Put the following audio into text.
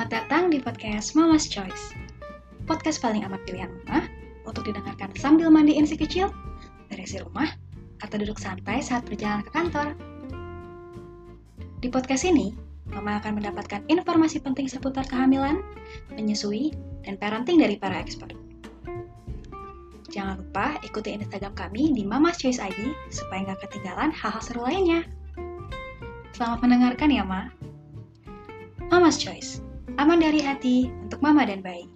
Selamat datang di podcast Mama's Choice. Podcast paling amat pilihan Mama untuk didengarkan sambil mandiin si kecil, berisi rumah, atau duduk santai saat berjalan ke kantor. Di podcast ini, Mama akan mendapatkan informasi penting seputar kehamilan, menyusui, dan parenting dari para expert. Jangan lupa ikuti Instagram kami di Mama's Choice ID supaya nggak ketinggalan hal-hal seru lainnya. Selamat mendengarkan ya, Ma. Mama's Choice, aman dari hati untuk mama dan bayi.